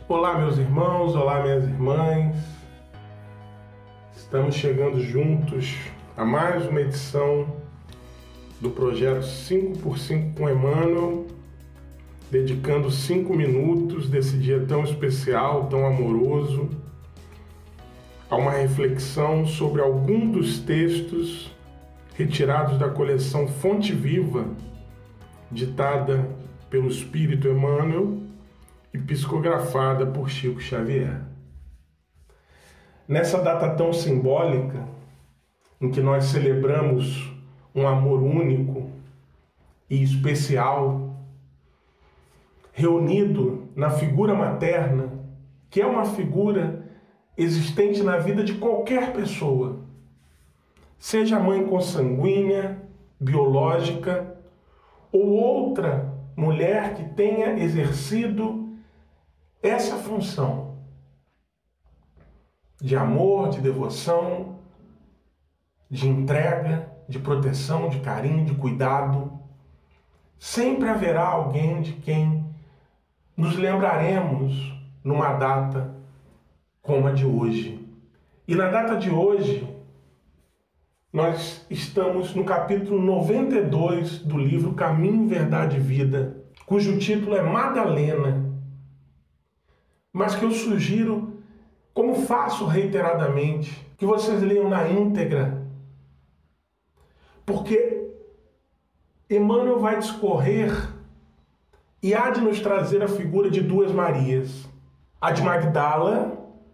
Olá, meus irmãos, olá, minhas irmãs. Estamos chegando juntos a mais uma edição do projeto 5x5 com Emmanuel, dedicando 5 minutos desse dia tão especial, tão amoroso, a uma reflexão sobre algum dos textos retirados da coleção Fonte Viva, ditada pelo Espírito Emmanuel e psicografada por Chico Xavier. Nessa data tão simbólica, em que nós celebramos um amor único e especial, reunido na figura materna, que é uma figura existente na vida de qualquer pessoa, seja a mãe consanguínea, biológica, ou outra mulher que tenha exercido essa função de amor, de devoção, de entrega, de proteção, de carinho, de cuidado. Sempre haverá alguém de quem nos lembraremos numa data como a de hoje. E na data de hoje, nós estamos no capítulo 92 do livro Caminho, Verdade e Vida, cujo título é Madalena, mas que eu sugiro, como faço reiteradamente, que vocês leiam na íntegra, porque Emmanuel vai discorrer e há de nos trazer a figura de duas Marias, a de Magdala,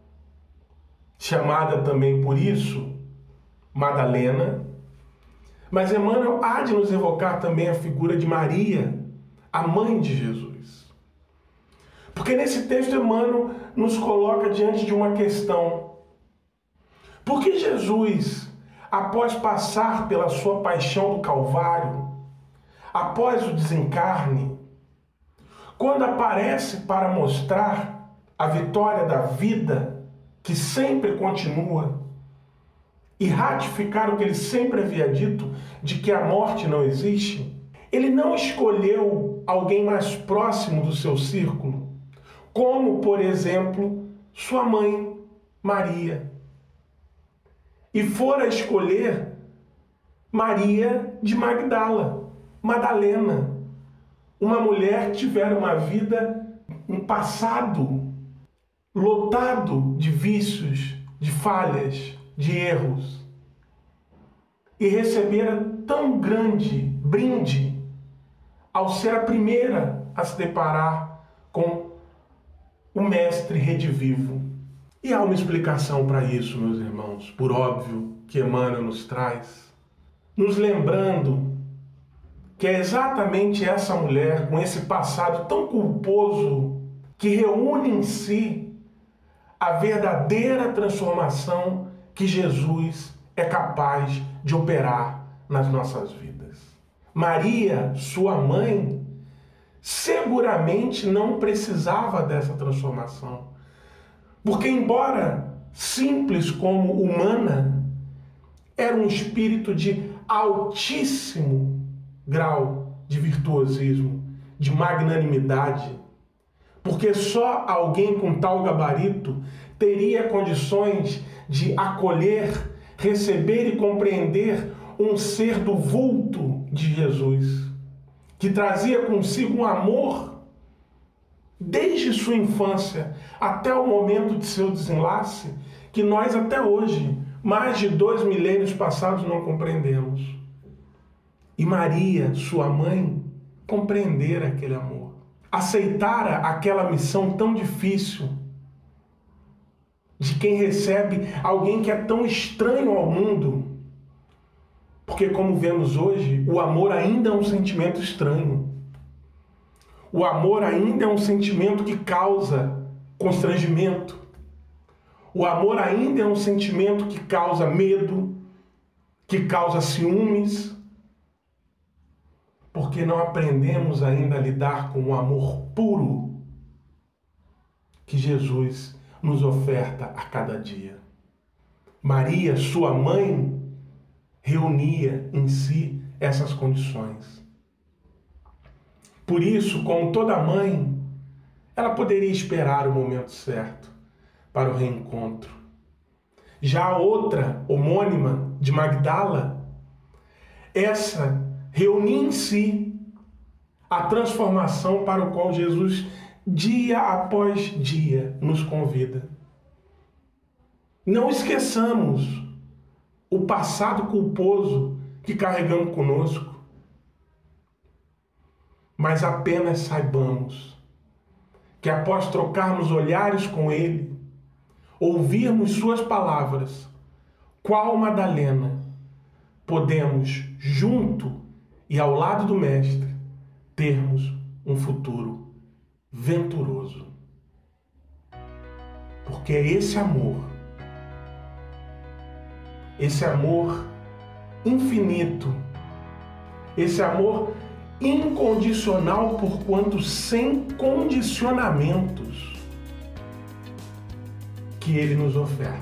chamada também por isso Madalena, mas Emmanuel há de nos evocar também a figura de Maria, a mãe de Jesus. Porque nesse texto Emmanuel nos coloca diante de uma questão. Por que Jesus, após passar pela sua paixão do Calvário, após o desencarne, quando aparece para mostrar a vitória da vida, que sempre continua, e ratificar o que ele sempre havia dito, de que a morte não existe, ele não escolheu alguém mais próximo do seu círculo, como, por exemplo, sua mãe, Maria. E fora escolher Maria de Magdala, Madalena, uma mulher que tivera uma vida, um passado lotado de vícios, de falhas, de erros, e recebera tão grande brinde ao ser a primeira a se deparar com o Mestre redivivo. E há uma explicação para isso, meus irmãos, por óbvio, que Emmanuel nos traz, nos lembrando que é exatamente essa mulher, com esse passado tão culposo, que reúne em si a verdadeira transformação que Jesus é capaz de operar nas nossas vidas. Maria, sua mãe, seguramente não precisava dessa transformação, porque embora simples como humana, era um espírito de altíssimo grau de virtuosismo, de magnanimidade, porque só alguém com tal gabarito teria condições de acolher, receber e compreender um ser do vulto de Jesus, que trazia consigo um amor desde sua infância até o momento de seu desenlace, que nós até hoje, mais de 2 milênios passados, não compreendemos. E Maria, sua mãe, compreendera aquele amor, aceitara aquela missão tão difícil de quem recebe alguém que é tão estranho ao mundo. Porque, como vemos hoje, o amor ainda é um sentimento estranho. O amor ainda é um sentimento que causa constrangimento. O amor ainda é um sentimento que causa medo, que causa ciúmes. Porque não aprendemos ainda a lidar com o amor puro que Jesus nos oferta a cada dia. Maria, sua mãe, reunia em si essas condições. Por isso, como toda mãe, ela poderia esperar o momento certo para o reencontro. Já a outra, homônima, de Magdala, essa reunia em si a transformação para o qual Jesus, dia após dia, nos convida. Não esqueçamos o passado culposo que carregamos conosco, mas apenas saibamos que após trocarmos olhares com Ele, ouvirmos suas palavras, qual Madalena, podemos, junto e ao lado do Mestre, termos um futuro venturoso. Porque é esse amor infinito, esse amor incondicional, porquanto sem condicionamentos, que Ele nos oferta,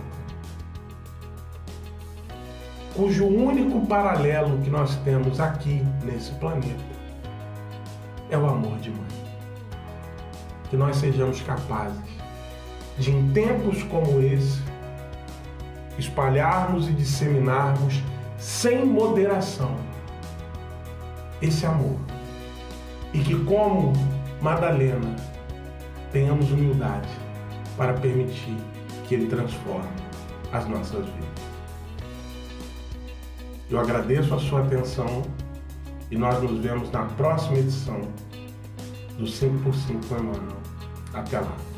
cujo único paralelo que nós temos aqui nesse planeta é o amor de mãe. Que nós sejamos capazes de, em tempos como esse, espalharmos e disseminarmos sem moderação esse amor. E que, como Madalena, tenhamos humildade para permitir que Ele transforme as nossas vidas. Eu agradeço a sua atenção e nós nos vemos na próxima edição do 5x5 com Emmanuel. Até lá!